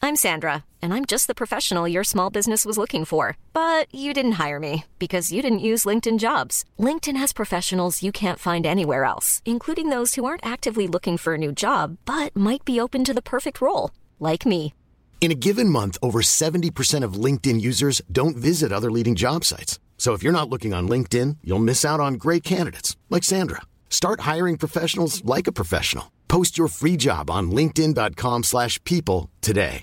I'm Sandra, and I'm just the professional your small business was looking for. But you didn't hire me because you didn't use LinkedIn Jobs. LinkedIn has professionals you can't find anywhere else, including those who aren't actively looking for a new job, but might be open to the perfect role, like me. In a given month, over 70% of LinkedIn users don't visit other leading job sites. So if you're not looking on LinkedIn, you'll miss out on great candidates like Sandra. Start hiring professionals like a professional. Post your free job on linkedin.com/people today.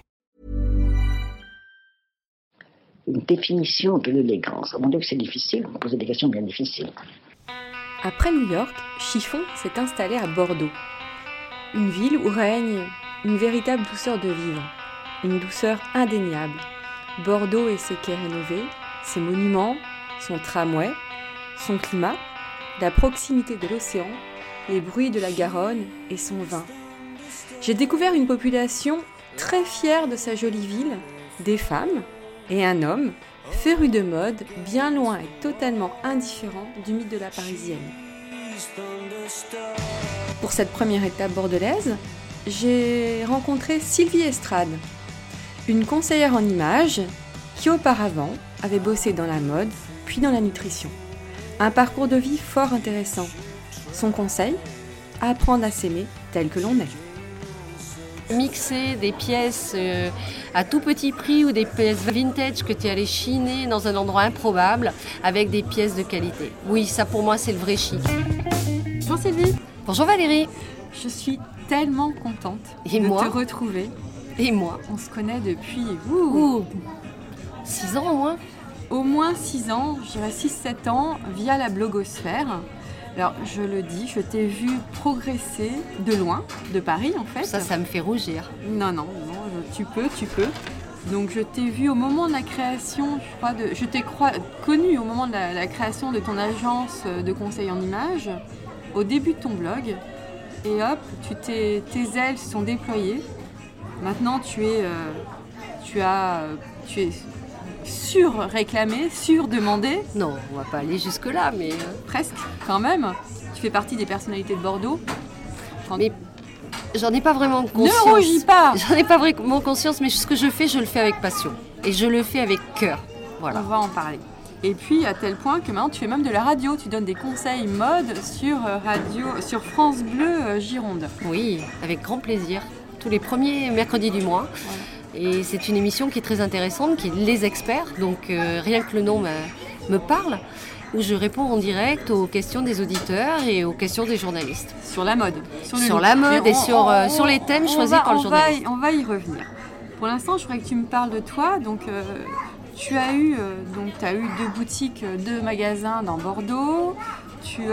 Une définition de l'élégance. Mon Dieu, que c'est difficile. Vous me posez des questions bien difficiles. Après New York, Chiffon s'est installé à Bordeaux. Une ville où règne une véritable douceur de vivre. Une douceur indéniable. Bordeaux et ses quais rénovés, ses monuments, son tramway, son climat, la proximité de l'océan, les bruits de la Garonne et son vin. J'ai découvert une population très fière de sa jolie ville, des femmes et un homme féru de mode, bien loin et totalement indifférent du mythe de la Parisienne. Pour cette première étape bordelaise, j'ai rencontré Sylvie Estrade, une conseillère en images qui auparavant avait bossé dans la mode puis dans la nutrition. Un parcours de vie fort intéressant. Son conseil ? Apprendre à s'aimer tel que l'on est. Mixer des pièces à tout petit prix ou des pièces vintage que tu es allé chiner dans un endroit improbable avec des pièces de qualité. Oui, ça pour moi c'est le vrai chic. Bonjour Sylvie. Bonjour Valérie. Je suis tellement contente de te retrouver. Et moi. On se connaît depuis 6 ans au moins. Au moins 6 ans, je dirais 6-7 ans, via la blogosphère. Alors, je le dis, je t'ai vu progresser de loin, de Paris en fait. Ça me fait rougir. Non, tu peux. Donc, je t'ai vu au moment de la création, je t'ai connu au moment de la création de ton agence de conseil en images, au début de ton blog. Et hop, tes ailes se sont déployées. Maintenant, tu es sur-réclamé, sur-demandé. Non, on va pas aller jusque-là, mais... Presque, quand même. Tu fais partie des personnalités de Bordeaux. Mais j'en ai pas vraiment conscience. Ne rougis pas. J'en ai pas vraiment conscience, mais ce que je fais, je le fais avec passion. Et je le fais avec cœur. Voilà. On va en parler. Et puis, à tel point que maintenant, tu fais même de la radio. Tu donnes des conseils mode sur France Bleu Gironde. Oui, avec grand plaisir. Tous les premiers mercredis du mois. Voilà. Et c'est une émission qui est très intéressante, qui est Les Experts, donc rien que le nom me parle, où je réponds en direct aux questions des auditeurs et aux questions des journalistes. Sur la mode. Sur la mode et sur les thèmes choisis par le journaliste. On va y revenir. Pour l'instant, je voudrais que tu me parles de toi. Donc, tu as eu 2 boutiques, 2 magasins dans Bordeaux. Tu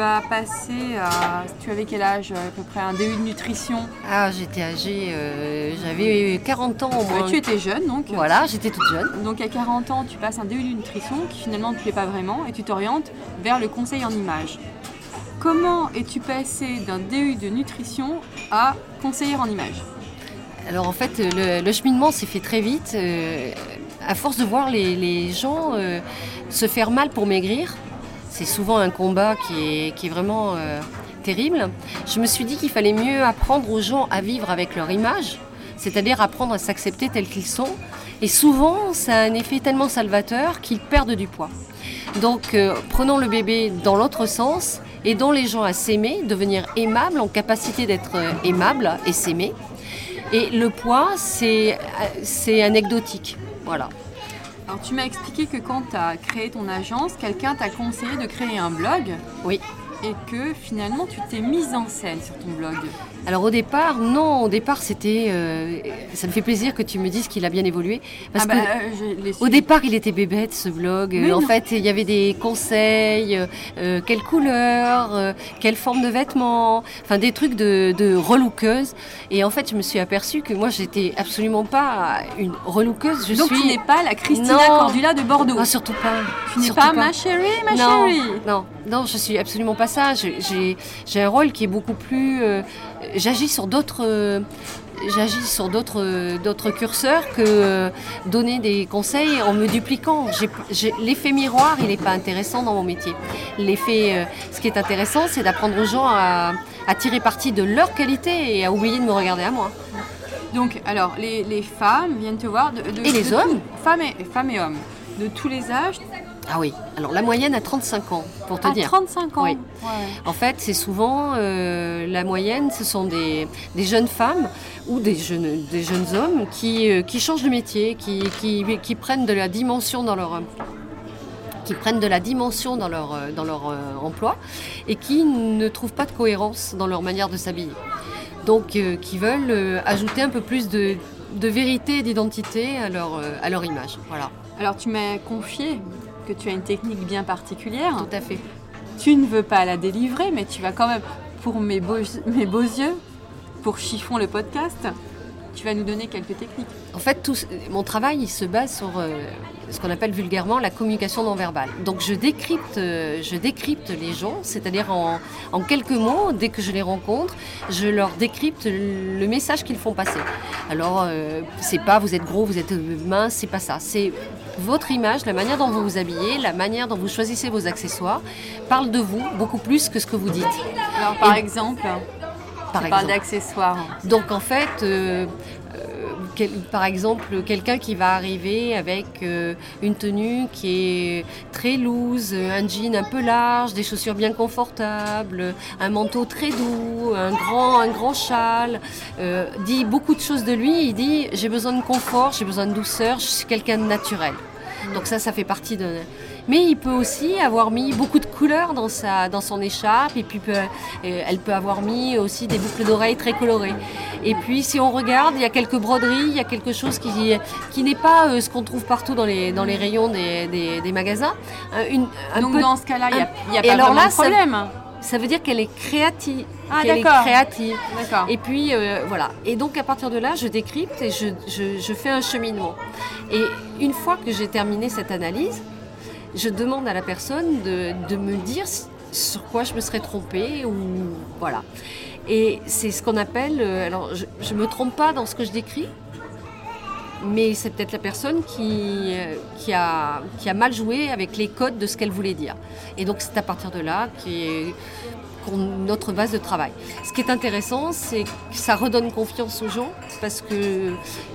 avais quel âge à peu près? Un DU de nutrition? Ah, j'étais âgée, j'avais 40 ans au moins. Tu étais jeune donc? Voilà, j'étais toute jeune. Donc à 40 ans, tu passes un DU de nutrition qui finalement ne te plaît pas vraiment et tu t'orientes vers le conseil en images. Comment es-tu passé d'un DU de nutrition à conseillère en images? Alors en fait, le cheminement s'est fait très vite. À force de voir les gens se faire mal pour maigrir, c'est souvent un combat qui est vraiment terrible. Je me suis dit qu'il fallait mieux apprendre aux gens à vivre avec leur image, c'est-à-dire apprendre à s'accepter tels qu'ils sont. Et souvent, ça a un effet tellement salvateur qu'ils perdent du poids. Donc, prenons le bébé dans l'autre sens, aidons les gens à s'aimer, devenir aimables, en capacité d'être aimables et s'aimer. Et le poids, c'est anecdotique. Voilà. Alors, tu m'as expliqué que quand tu as créé ton agence, quelqu'un t'a conseillé de créer un blog. Oui. Et que finalement, tu t'es mise en scène sur ton blog. Alors au départ, non. Au départ, c'était... ça me fait plaisir que tu me dises qu'il a bien évolué. Parce au départ, il était bébête, ce blog. En fait, il y avait des conseils, quelle couleur, quelle forme de vêtements, enfin des trucs de relookeuse. Et en fait, je me suis aperçue que moi, j'étais absolument pas une relookeuse. Donc tu n'es pas la Christina Cordula de Bordeaux. Non, surtout pas. Tu n'es pas ma chérie, chérie. Non, je suis absolument pas ça. J'ai un rôle qui est beaucoup plus... J'agis sur d'autres curseurs que donner des conseils en me dupliquant. L'effet miroir, il n'est pas intéressant dans mon métier. Ce qui est intéressant, c'est d'apprendre aux gens à tirer parti de leur qualité et à oublier de me regarder à moi. Donc, alors, les femmes viennent te voir... Et les hommes. Femmes et hommes. De tous les âges. Ah oui, alors la moyenne a 35 ans, pour te dire. 35 ans. Oui. Ouais. En fait, c'est souvent la moyenne, ce sont des jeunes femmes ou des jeunes hommes qui changent de métier, qui prennent de la dimension dans leur emploi et qui ne trouvent pas de cohérence dans leur manière de s'habiller. Donc, qui veulent ajouter un peu plus de vérité et d'identité à leur image. Voilà. Alors, tu m'as confié que tu as une technique bien particulière. Tout à fait. Tu ne veux pas la délivrer, mais tu vas quand même, pour mes beaux yeux, pour Chiffon le podcast, tu vas nous donner quelques techniques. En fait, mon travail, il se base sur ce qu'on appelle vulgairement la communication non verbale. Donc, je décrypte les gens, c'est-à-dire en quelques mots, dès que je les rencontre, je leur décrypte le message qu'ils font passer. Alors, c'est pas vous êtes gros, vous êtes mince, c'est pas ça. C'est votre image, la manière dont vous vous habillez, la manière dont vous choisissez vos accessoires, parle de vous beaucoup plus que ce que vous dites. Alors, par exemple, tu parles d'accessoires. Donc, en fait... par exemple, quelqu'un qui va arriver avec une tenue qui est très loose, un jean un peu large, des chaussures bien confortables, un manteau très doux, un grand châle, dit beaucoup de choses de lui. Il dit « j'ai besoin de confort, j'ai besoin de douceur, je suis quelqu'un de naturel ». Donc ça fait partie de... Mais il peut aussi avoir mis beaucoup de couleurs dans son écharpe et puis elle peut avoir mis aussi des boucles d'oreilles très colorées. Et puis si on regarde, il y a quelques broderies, il y a quelque chose qui n'est pas ce qu'on trouve partout dans les rayons des magasins. Donc dans ce cas-là, il n'y a pas vraiment de problème. Ça veut dire qu'elle est créative. D'accord. Et puis voilà. Et donc à partir de là, je décrypte et je fais un cheminement. Et une fois que j'ai terminé cette analyse, je demande à la personne de me dire sur quoi je me serais trompée ou voilà. Et c'est ce qu'on appelle. Alors je me trompe pas dans ce que je décris, mais c'est peut-être la personne qui a mal joué avec les codes de ce qu'elle voulait dire. Et donc c'est à partir de là qu'on notre base de travail. Ce qui est intéressant, c'est que ça redonne confiance aux gens parce que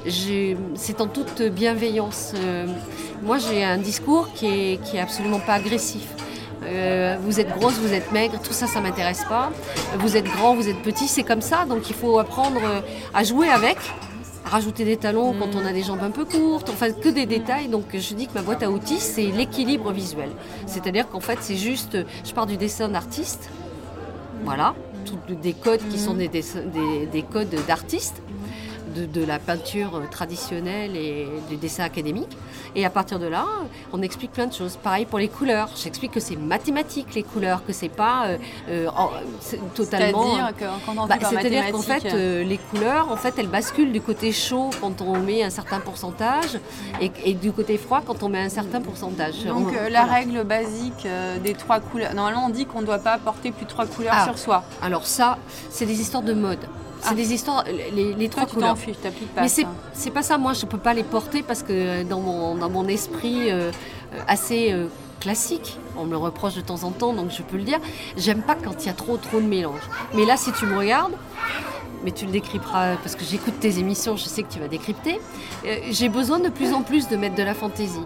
c'est en toute bienveillance. Moi, j'ai un discours qui est absolument pas agressif. Vous êtes grosse, vous êtes maigre, tout ça, ça m'intéresse pas. Vous êtes grand, vous êtes petit, c'est comme ça. Donc, il faut apprendre à jouer avec, à rajouter des talons quand on a des jambes un peu courtes, enfin que des détails. Donc, je dis que ma boîte à outils, c'est l'équilibre visuel. C'est-à-dire qu'en fait, c'est juste, je pars du dessin d'artiste. Voilà, des codes qui sont des codes d'artistes, de la peinture traditionnelle et du dessin académique. Et à partir de là, on explique plein de choses. Pareil pour les couleurs. J'explique que c'est mathématique les couleurs, que c'est pas totalement. C'est-à-dire quand on dit par c'est-à-dire qu'en fait, les couleurs, en fait, elles basculent du côté chaud quand on met un certain pourcentage et du côté froid quand on met un certain pourcentage. Donc la règle basique des 3 couleurs. Normalement, on dit qu'on ne doit pas porter plus de 3 couleurs sur soi. Alors ça, c'est des histoires de mode. C'est des histoires, les 3 couleurs. Tu t'en fiches, t'appliques pas. Mais c'est pas ça, moi je peux pas les porter parce que dans mon esprit assez classique, on me le reproche de temps en temps, donc je peux le dire, j'aime pas quand il y a trop de mélange. Mais là, si tu me regardes, mais tu le décrypteras parce que j'écoute tes émissions, je sais que tu vas décrypter, j'ai besoin de plus en plus de mettre de la fantaisie.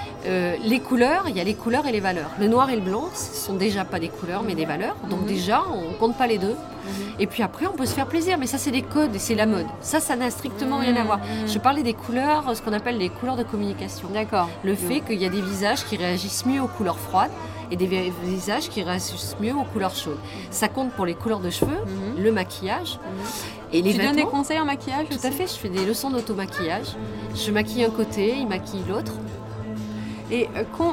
Les couleurs, il y a les couleurs et les valeurs. Le noir et le blanc, ce sont déjà pas des couleurs mais des valeurs. Donc déjà, on compte pas les deux. Et puis après, on peut se faire plaisir. Mais ça, c'est des codes et c'est la mode. Ça n'a strictement rien à voir. Je parlais des couleurs, ce qu'on appelle les couleurs de communication. D'accord. Le fait qu'il y a des visages qui réagissent mieux aux couleurs froides et des visages qui réagissent mieux aux couleurs chaudes. Ça compte pour les couleurs de cheveux, le maquillage. Et les tu donnes des conseils en maquillage aussi ? Tout à fait, je fais des leçons d'auto-maquillage. Je maquille un côté, il maquille l'autre. Et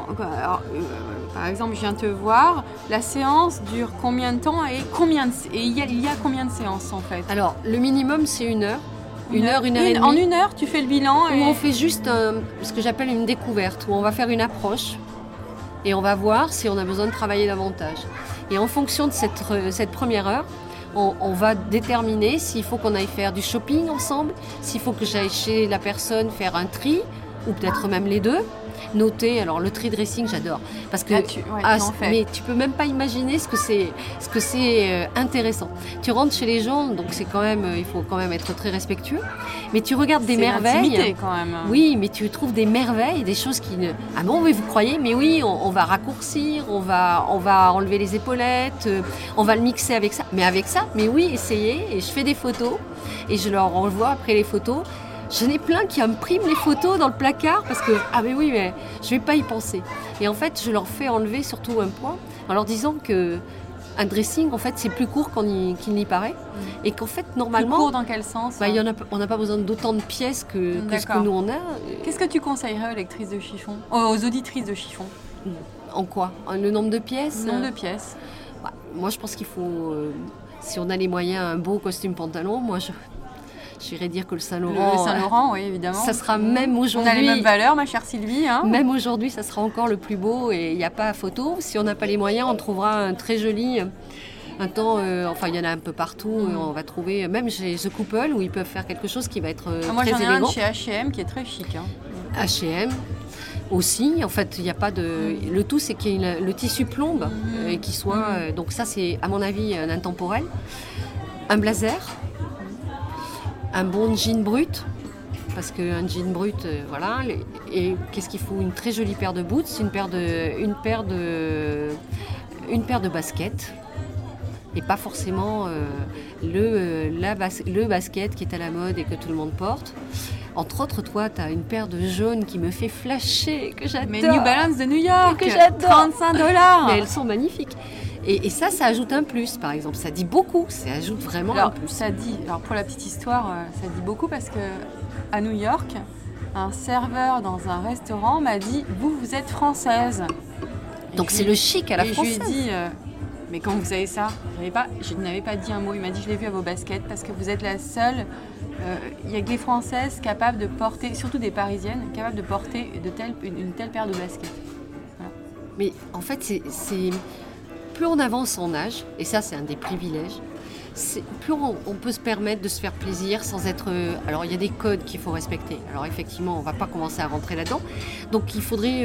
par exemple, je viens te voir, la séance dure combien de temps et il y a combien de séances en fait ? Alors, le minimum, c'est 1 heure. Une heure et demie. En 1 heure, tu fais le bilan où on fait juste ce que j'appelle une découverte, où on va faire une approche et on va voir si on a besoin de travailler davantage. Et en fonction de cette première heure, on va déterminer s'il faut qu'on aille faire du shopping ensemble, s'il faut que j'aille chez la personne faire un tri, ou peut-être même les deux. Noter, alors le tree dressing j'adore parce que mais tu peux même pas imaginer ce que c'est intéressant. Tu rentres chez les gens, donc c'est quand même il faut quand même être très respectueux, mais tu regardes des merveilles quand même. Oui, mais tu trouves des merveilles, des choses qui ne mais vous croyez, mais oui, on va raccourcir, on va enlever les épaulettes, on va le mixer avec ça, mais oui, essayez, et je fais des photos et je leur envoie après les photos. J'en ai plein qui impriment les photos dans le placard parce que, mais je vais pas y penser. Et en fait, je leur fais enlever surtout un point en leur disant que un dressing, en fait, c'est plus court qu'il n'y paraît. Et qu'en fait, normalement... Plus court dans quel sens on n'a pas besoin d'autant de pièces que ce que nous on a. Qu'est-ce que tu conseillerais aux lectrices de chiffon, aux auditrices de chiffon? En quoi? Le nombre de pièces? Le nombre de pièces. Moi, je pense qu'il faut... si on a les moyens, un beau costume pantalon, moi, j'irais dire que le Saint-Laurent... Le Saint-Laurent, oui, évidemment. Ça sera même aujourd'hui... On a les mêmes valeurs, ma chère Sylvie. Hein. Même aujourd'hui, ça sera encore le plus beau et il n'y a pas photo. Si on n'a pas les moyens, on trouvera un très joli... Un temps, il y en a un peu partout. On va trouver, même chez The Couple, où ils peuvent faire quelque chose qui va être moi, très élégant. Moi, j'en ai un chez H&M qui est très chic. Hein. H&M aussi. En fait, il n'y a pas de... Le tout, c'est qu'il y ait le tissu plombe et qu'il soit... donc ça, c'est, à mon avis, un intemporel. Un blazer. Un bon jean brut, parce qu'un jean brut, voilà. Et qu'est-ce qu'il faut? Une très jolie paire de boots, une paire de baskets, et pas forcément le basket qui est à la mode et que tout le monde porte. Entre autres, toi, tu as une paire de jaunes qui me fait flasher, que j'adore. Mais New Balance de New York, que j'adore. $35. Mais elles sont magnifiques. Et ça ajoute un plus, par exemple. Ça dit beaucoup, ça ajoute vraiment un plus. Alors pour la petite histoire, ça dit beaucoup parce que à New York, un serveur dans un restaurant m'a dit « Vous êtes française ». Donc c'est le chic à la française. Et je lui ai dit « Mais comment vous savez ça ?» Je n'avais pas dit un mot. Il m'a dit « Je l'ai vu à vos baskets parce que vous êtes la seule. Il n'y a que des Françaises capables de porter, surtout des Parisiennes, capables de porter une telle paire de baskets. » Voilà. Mais en fait, c'est plus on avance en âge, et ça c'est un des privilèges, plus on peut se permettre de se faire plaisir sans être... alors il y a des codes qu'il faut respecter. Alors effectivement, on ne va pas commencer à rentrer là-dedans. Donc il faudrait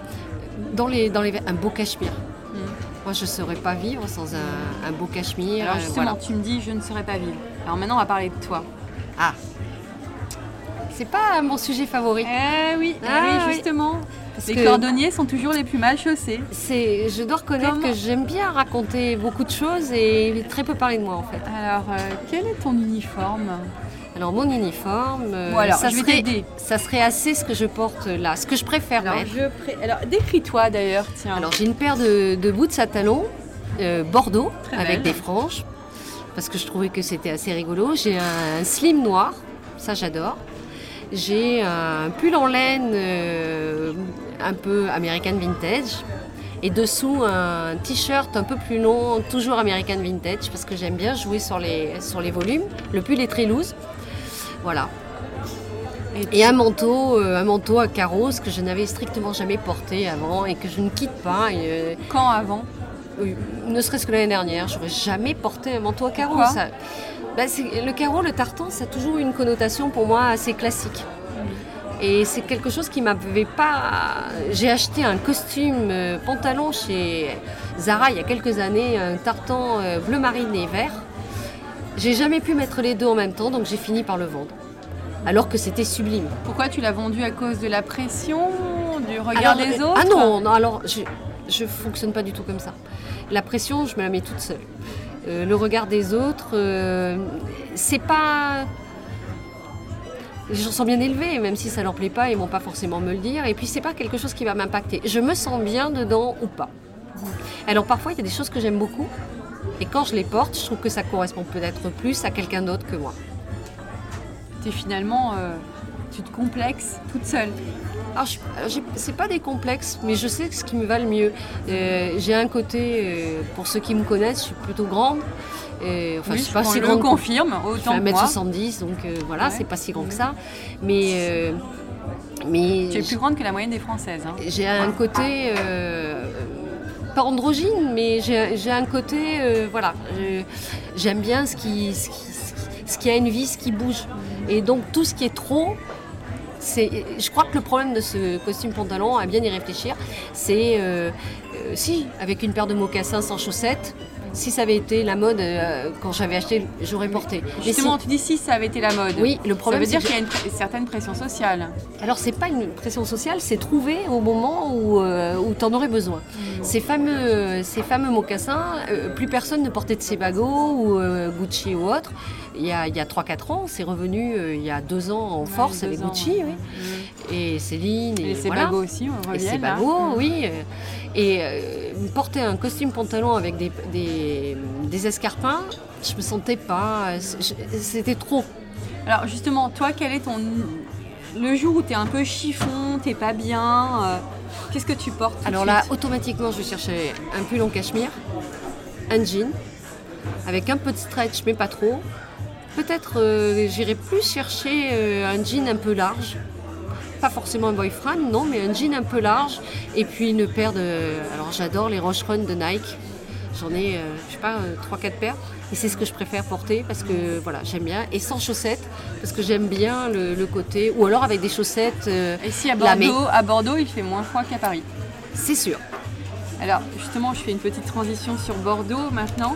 un beau cachemire. Moi je ne saurais pas vivre sans un beau cachemire. Alors justement, tu me dis je ne saurais pas vivre. Alors maintenant on va parler de toi. Ah, c'est pas mon sujet favori. Oui, justement. Les cordonniers sont toujours les plus mal chaussés. Je dois reconnaître que j'aime bien raconter beaucoup de choses et très peu parler de moi en fait. Alors, quel est ton uniforme ? Alors mon uniforme, ça serait assez ce que je porte là, ce que je préfère mettre. Alors décris-toi d'ailleurs, tiens. Alors j'ai une paire de boots à talons bordeaux avec des franges, parce que je trouvais que c'était assez rigolo. J'ai un slim noir, ça j'adore. J'ai un pull en laine un peu American Vintage et dessous un t-shirt un peu plus long, toujours American Vintage, parce que j'aime bien jouer sur les volumes. Le pull est très loose, voilà. Et un manteau à carreaux que je n'avais strictement jamais porté avant et que je ne quitte pas. Quand avant ? Ne serait-ce que l'année dernière, j'aurais jamais porté un manteau à carreaux. Le carreau, le tartan, ça a toujours eu une connotation pour moi assez classique. Et c'est quelque chose qui m'avait pas... J'ai acheté un costume pantalon chez Zara il y a quelques années, un tartan bleu marine et vert. J'ai jamais pu mettre les deux en même temps, donc j'ai fini par le vendre. Alors que c'était sublime. Pourquoi tu l'as vendu? À cause de la pression, du regard des autres? Ah non, alors je fonctionne pas du tout comme ça. La pression, je me la mets toute seule. Le regard des autres, c'est pas... Les gens sont bien élevés, même si ça leur plaît pas, ils vont pas forcément me le dire. Et puis c'est pas quelque chose qui va m'impacter. Je me sens bien dedans ou pas. Alors parfois, il y a des choses que j'aime beaucoup. Et quand je les porte, je trouve que ça correspond peut-être plus à quelqu'un d'autre que moi. Tu te complexes toute seule. Alors, c'est pas des complexes, mais je sais ce qui me va le mieux. J'ai un côté, pour ceux qui me connaissent, je suis plutôt grande. Je suis pas si grande. Je confirme, autant que moi. Je fais 1m70, donc voilà, c'est pas si grand que ça. Mais tu es plus grande que la moyenne des Françaises. Hein. J'ai un côté, pas androgyne, mais j'ai un côté, j'aime bien ce qui a une vie, ce qui bouge. Et donc tout ce qui est trop, Je crois que le problème de ce costume pantalon, à bien y réfléchir, c'est si, avec une paire de mocassins sans chaussettes, si ça avait été la mode quand j'avais acheté, j'aurais porté. Justement, tu dis si ça avait été la mode. Oui, le problème, ça veut dire qu'il y a une certaine pression sociale. Alors, c'est pas une pression sociale, c'est trouver au moment où tu en aurais besoin. Ces fameux mocassins, plus personne ne portait de Sebago ou Gucci ou autre. Il y a 3-4 ans, c'est revenu il y a 2 ans en force avec Gucci, oui. Et Céline. Et Sebago aussi, on revient. Et Sebago, oui. Et porter un costume pantalon avec des escarpins, je me sentais pas. C'était trop. Alors justement, toi, quel est le jour où tu es un peu chiffon, t'es pas bien, qu'est-ce que tu portes? Alors là, automatiquement, je vais chercher un pull en cachemire, un jean, avec un peu de stretch, mais pas trop. Peut-être j'irai plus chercher un jean un peu large. Pas forcément un boyfriend, non, mais un jean un peu large. Et puis une paire de... Alors j'adore les Roche Run de Nike. J'en ai, 3-4 paires. Et c'est ce que je préfère porter parce que, voilà, j'aime bien. Et sans chaussettes, parce que j'aime bien le côté... Ou alors avec des chaussettes Et si à Bordeaux, il fait moins froid qu'à Paris? C'est sûr. Alors, justement, je fais une petite transition sur Bordeaux maintenant.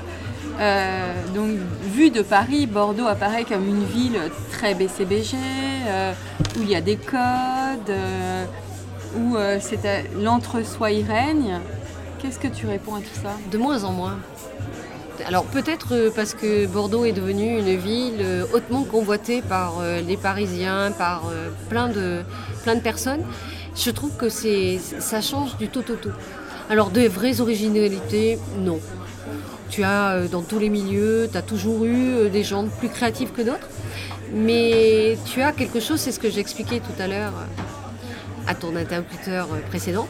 Donc, vu de Paris, Bordeaux apparaît comme une ville très BCBG, où il y a des codes, où l'entre-soi y règne. Qu'est-ce que tu réponds à tout ça? De moins en moins. Alors peut-être parce que Bordeaux est devenue une ville hautement convoitée par les Parisiens, par plein de personnes. Je trouve que ça change du tout au tout. Alors de vraies originalités, non. Tu as dans tous les milieux, tu as toujours eu des gens plus créatifs que d'autres. Mais tu as quelque chose, c'est ce que j'expliquais tout à l'heure à ton interlocuteur précédent.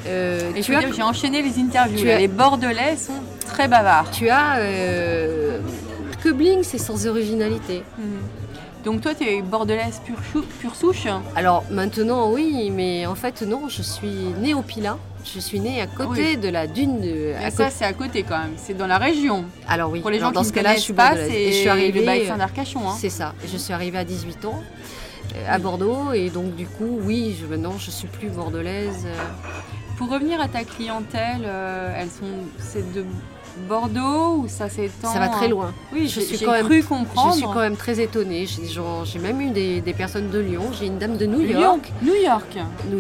J'ai enchaîné les interviews. Les Bordelais sont très bavards. Tu as que bling, c'est sans originalité. Donc toi, tu es bordelaise pure souche? Alors maintenant, oui, mais en fait, non, je suis née au Pilat. Je suis née à côté de la dune de... ça, c'est à côté quand même. C'est dans la région. Alors oui. Pour les gens dans qui ce ne cas-là, je suis pas. Et je suis arrivée le bassin d'Arcachon. C'est ça. Je suis arrivée à 18 ans à Bordeaux et donc du coup, oui, maintenant, je suis plus bordelaise. Pour revenir à ta clientèle, c'est de Bordeaux ou ça s'étend? Ça va très loin. Oui, j'ai cru comprendre. Je suis quand même très étonnée. J'ai même eu des personnes de Lyon. J'ai une dame de New York. New York.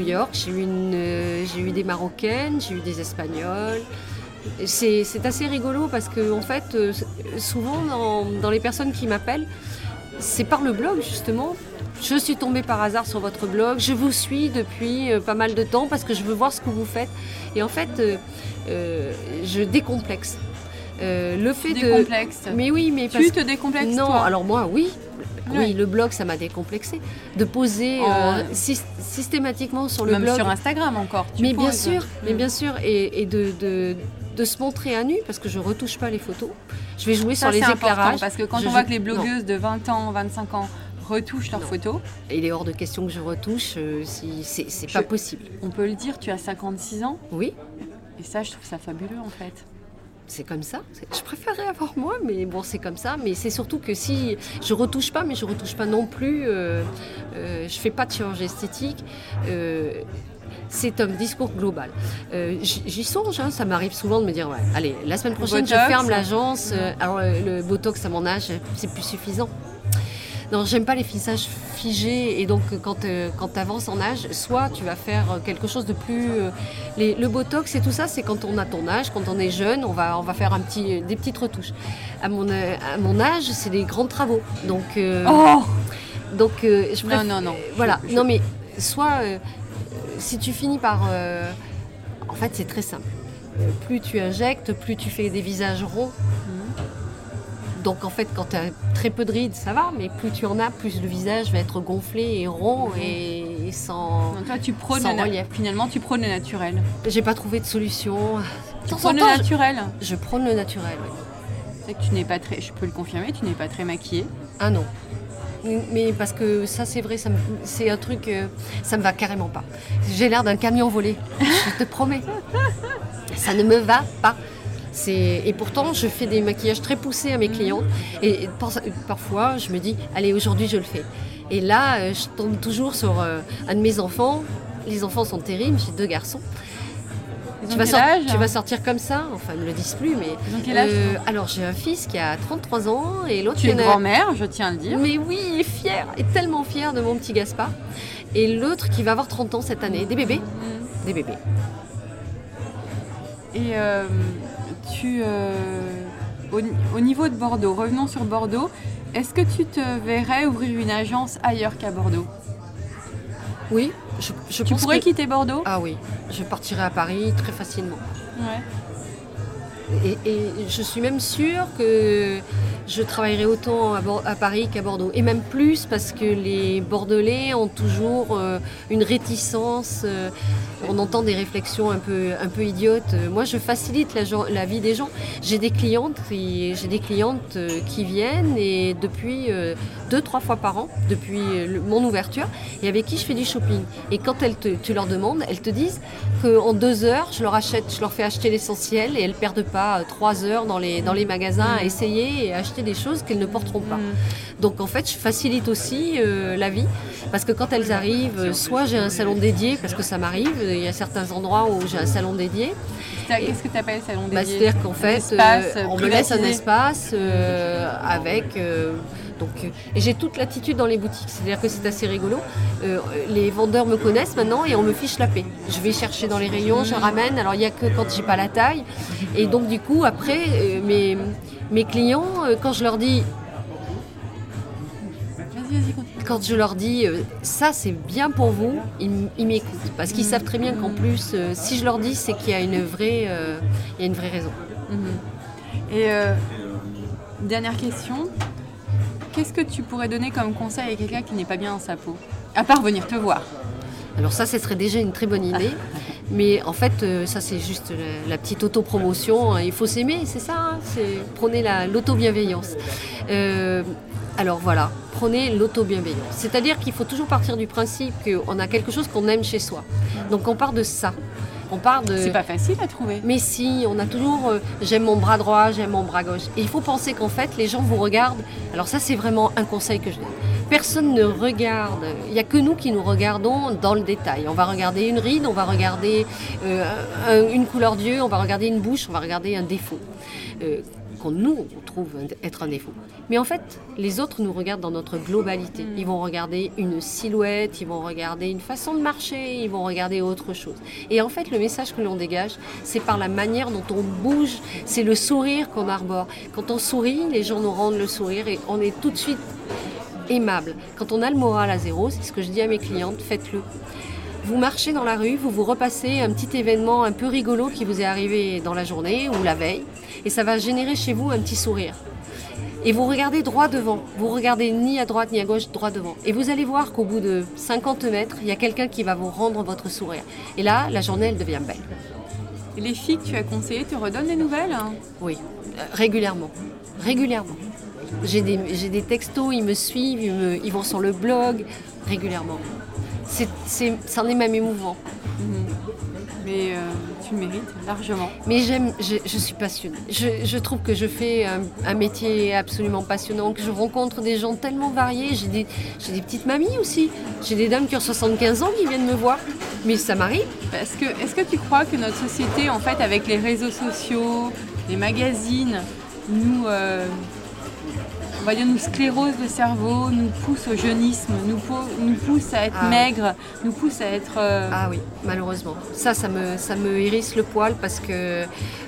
J'ai eu des Marocaines, j'ai eu des Espagnols. C'est assez rigolo parce que en fait, souvent dans les personnes qui m'appellent, c'est par le blog justement. Je suis tombée par hasard sur votre blog. Je vous suis depuis pas mal de temps parce que je veux voir ce que vous faites. Et en fait, je décomplexe. Le fait décomplexes. Mais oui, mais tu te décomplexes? Non, toi. alors moi, oui. Oui, le blog, ça m'a décomplexé. De poser systématiquement sur le blog. Même sur Instagram encore. Mais bien sûr, et de se montrer à nu parce que je retouche pas les photos. Je vais jouer sur les éclairages. Parce que quand on voit que les blogueuses de 20 ans, 25 ans retouchent leurs photos. Il est hors de question que je retouche, c'est pas possible. On peut le dire, tu as 56 ans? Oui. Et ça, je trouve ça fabuleux en fait. C'est comme ça. Je préférerais avoir moins, mais bon, c'est comme ça. Mais c'est surtout que si je retouche pas, mais je retouche pas non plus, je fais pas de chirurgie esthétique. C'est un discours global. J'y songe, hein, ça m'arrive souvent de me dire, ouais, allez, la semaine prochaine, je ferme l'agence. Alors le Botox à mon âge, c'est plus suffisant. Non, j'aime pas les visages figés et donc quand tu avances en âge, soit tu vas faire quelque chose de plus... le Botox et tout ça, c'est quand on a ton âge, quand on est jeune, on va faire des petites retouches. À mon âge, c'est des grands travaux. Donc, je préfère... Non. Voilà, non mais soit... si tu finis par... en fait, c'est très simple. Plus tu injectes, plus tu fais des visages ronds. Donc en fait, quand tu as très peu de rides, ça va, mais plus tu en as, plus le visage va être gonflé et rond et sans relief. Toi, tu prônes finalement, tu prônes le naturel. J'ai pas trouvé de solution. Tu prônes le naturel? Je prône le naturel, oui. C'est que tu n'es pas très, je peux le confirmer, tu n'es pas très maquillée. Ah non. Mais parce que ça, c'est vrai, c'est un truc, ça me va carrément pas. J'ai l'air d'un camion volé, je te promets. Ça ne me va pas. Et pourtant, je fais des maquillages très poussés à mes clientes. Et parfois, je me dis, allez, aujourd'hui, je le fais. Et là, je tombe toujours sur un de mes enfants. Les enfants sont terribles, j'ai 2 garçons. Ils ont quel âge ? Tu vas sortir comme ça, enfin ils ne me le disent plus, mais... Ils ont quel âge ? Alors j'ai un fils qui a 33 ans et l'autre... Tu es grand-mère, je tiens à le dire. Mais oui, il est fier, il est tellement fier de mon petit Gaspard. Et l'autre qui va avoir 30 ans cette année, des bébés. Des bébés. Et au niveau de Bordeaux, revenons sur Bordeaux, est-ce que tu te verrais ouvrir une agence ailleurs qu'à Bordeaux ? Oui, je Tu pense pourrais que... quitter Bordeaux ? Ah oui, je partirai à Paris très facilement. Ouais. Et je suis même sûre que je travaillerai autant à Paris qu'à Bordeaux. Et même plus parce que les Bordelais ont toujours une réticence. On entend des réflexions un peu idiotes. Moi, je facilite la vie des gens. J'ai des clientes qui viennent et depuis 2-3 fois par an, depuis mon ouverture, et avec qui je fais du shopping. Et quand tu leur demandes, elles te disent qu'en 2 heures, je leur fais acheter l'essentiel et elles ne perdent pas 3 heures dans les magasins à essayer et à acheter des choses qu'elles ne porteront pas. Donc en fait, je facilite aussi la vie parce que quand elles arrivent, soit j'ai un salon dédié, parce que ça m'arrive, il y a certains endroits où j'ai un salon dédié. Qu'est-ce que tu appelles salon dédié ? C'est-à-dire qu'en fait, on me laisse un espace avec... et j'ai toute l'attitude dans les boutiques, c'est-à-dire que c'est assez rigolo. Les vendeurs me connaissent maintenant et on me fiche la paix. Je vais chercher dans les rayons, je ramène, alors il n'y a que quand j'ai pas la taille. Et donc du coup, après, mes clients, quand je leur dis... Quand je leur dis ça c'est bien pour vous, ils m'écoutent parce qu'ils savent très bien qu'en plus si je leur dis c'est qu'il y a une vraie raison. Et dernière question, qu'est-ce que tu pourrais donner comme conseil à quelqu'un qui n'est pas bien dans sa peau, à part venir te voir ? Alors ça serait déjà une très bonne idée, mais en fait ça c'est juste la petite autopromotion, il faut s'aimer, c'est ça, hein, prôner l'auto-bienveillance. Alors voilà, prenez l'auto-bienveillance. C'est-à-dire qu'il faut toujours partir du principe qu'on a quelque chose qu'on aime chez soi. Donc on part de ça. C'est pas facile à trouver. Mais si, on a toujours j'aime mon bras droit, j'aime mon bras gauche. Et il faut penser qu'en fait, les gens vous regardent. Alors ça, c'est vraiment un conseil que je donne. Personne ne regarde. Il n'y a que nous qui nous regardons dans le détail. On va regarder une ride, on va regarder une couleur d'yeux, on va regarder une bouche, on va regarder un défaut. Qu'on nous trouve être un défaut. Mais en fait, les autres nous regardent dans notre globalité. Ils vont regarder une silhouette, ils vont regarder une façon de marcher, ils vont regarder autre chose. Et en fait, le message que l'on dégage, c'est par la manière dont on bouge, c'est le sourire qu'on arbore. Quand on sourit, les gens nous rendent le sourire et on est tout de suite aimable. Quand on a le moral à zéro, c'est ce que je dis à mes clientes, faites-le. Vous marchez dans la rue, vous repassez un petit événement un peu rigolo qui vous est arrivé dans la journée ou la veille, et ça va générer chez vous un petit sourire. Et vous regardez droit devant, vous regardez ni à droite ni à gauche, droit devant. Et vous allez voir qu'au bout de 50 mètres, il y a quelqu'un qui va vous rendre votre sourire. Et là, la journée, elle devient belle. Et les filles que tu as conseillées te redonnent des nouvelles ? Oui, régulièrement. J'ai des textos, ils me suivent, ils vont sur le blog, régulièrement. C'en est même émouvant. Mais tu le mérites largement. Mais je suis passionnée. Je trouve que je fais un métier absolument passionnant, que je rencontre des gens tellement variés. J'ai des petites mamies aussi. J'ai des dames qui ont 75 ans qui viennent me voir. Mais ça m'arrive. Est-ce que tu crois que notre société, en fait, avec les réseaux sociaux, les magazines, nous sclérose le cerveau, nous pousse au jeunisme, nous pousse à être maigre, nous pousse à être... Ah oui, malheureusement. Ça me hérisse le poil parce que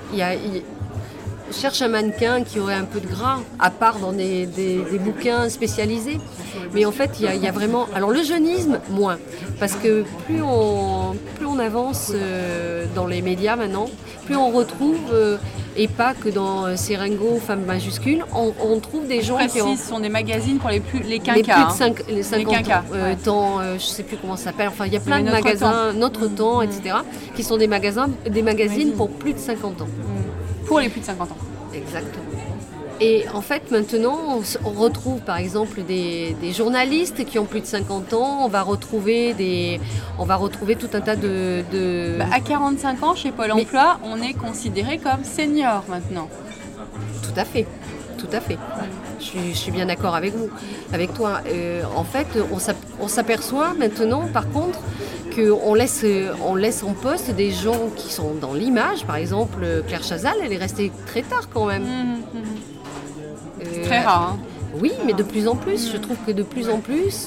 je cherche un mannequin qui aurait un peu de gras, à part dans des bouquins spécialisés. Mais en fait, il y a vraiment... Alors le jeunisme, moins. Parce que plus on avance dans les médias maintenant, plus on retrouve... et pas que dans Serengo, femmes majuscules, on trouve des gens qui ont... Ce sont des magazines pour les quinquas. Les 50 ans. Temps, je ne sais plus comment ça s'appelle. Enfin, il y a plein de magasins, Notre Temps, etc., qui sont des magazines pour plus de 50 ans. Pour les plus de 50 ans. Exactement. Et en fait, maintenant, on retrouve par exemple des journalistes qui ont plus de 50 ans. On va retrouver tout un tas de... à 45 ans, chez Pôle emploi, on est considéré comme senior maintenant. Tout à fait. Je suis bien d'accord avec toi. En fait, on s'aperçoit maintenant, par contre, qu'on laisse en poste des gens qui sont dans l'image. Par exemple, Claire Chazal, elle est restée très tard quand même. C'est très rare. Oui, mais de plus en plus. Je trouve que de plus en plus,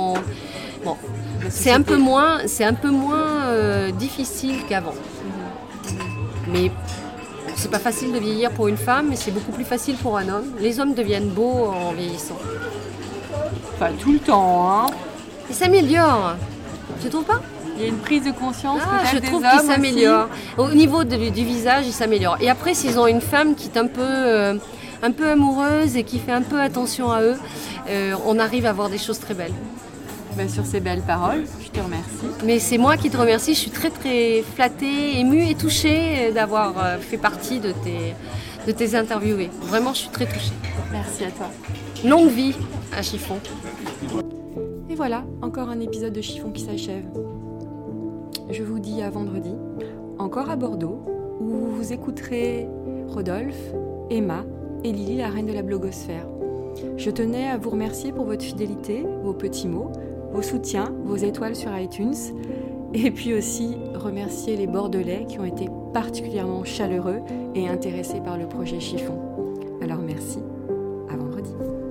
c'est un peu moins difficile qu'avant. Mais c'est pas facile de vieillir pour une femme, mais c'est beaucoup plus facile pour un homme. Les hommes deviennent beaux en vieillissant. Pas tout le temps, hein. Ils s'améliorent. Tu trouves pas ? Il y a une prise de conscience je peut-être trouve des hommes qu'ils s'améliorent. Au niveau du visage, ils s'améliorent. Et après, s'ils ont une femme qui est un peu amoureuse et qui fait un peu attention à eux, on arrive à voir des choses très belles. Sur ces belles paroles, je te remercie. Mais c'est moi qui te remercie. Je suis très très flattée, émue et touchée d'avoir fait partie de tes interviewés. Vraiment, je suis très touchée. Merci à toi. Longue vie à Chiffon. Et voilà, encore un épisode de Chiffon qui s'achève. Je vous dis à vendredi, encore à Bordeaux, où vous écouterez Rodolphe, Emma et Lily, la reine de la blogosphère. Je tenais à vous remercier pour votre fidélité, vos petits mots, vos soutiens, vos étoiles sur iTunes, et puis aussi remercier les Bordelais qui ont été particulièrement chaleureux et intéressés par le projet Chiffon. Alors merci, à vendredi.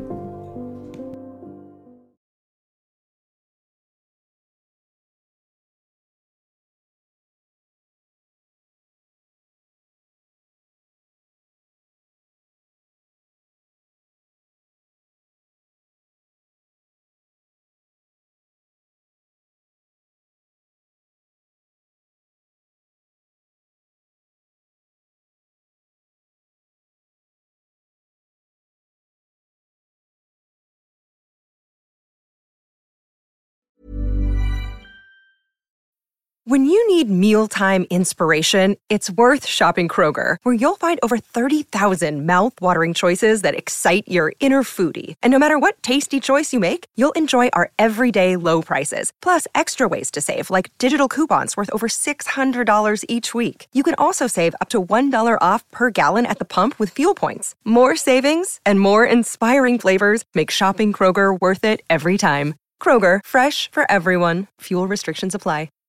When you need mealtime inspiration, it's worth shopping Kroger, where you'll find over 30,000 mouth-watering choices that excite your inner foodie. And no matter what tasty choice you make, you'll enjoy our everyday low prices, plus extra ways to save, like digital coupons worth over $600 each week. You can also save up to $1 off per gallon at the pump with fuel points. More savings and more inspiring flavors make shopping Kroger worth it every time. Kroger, fresh for everyone. Fuel restrictions apply.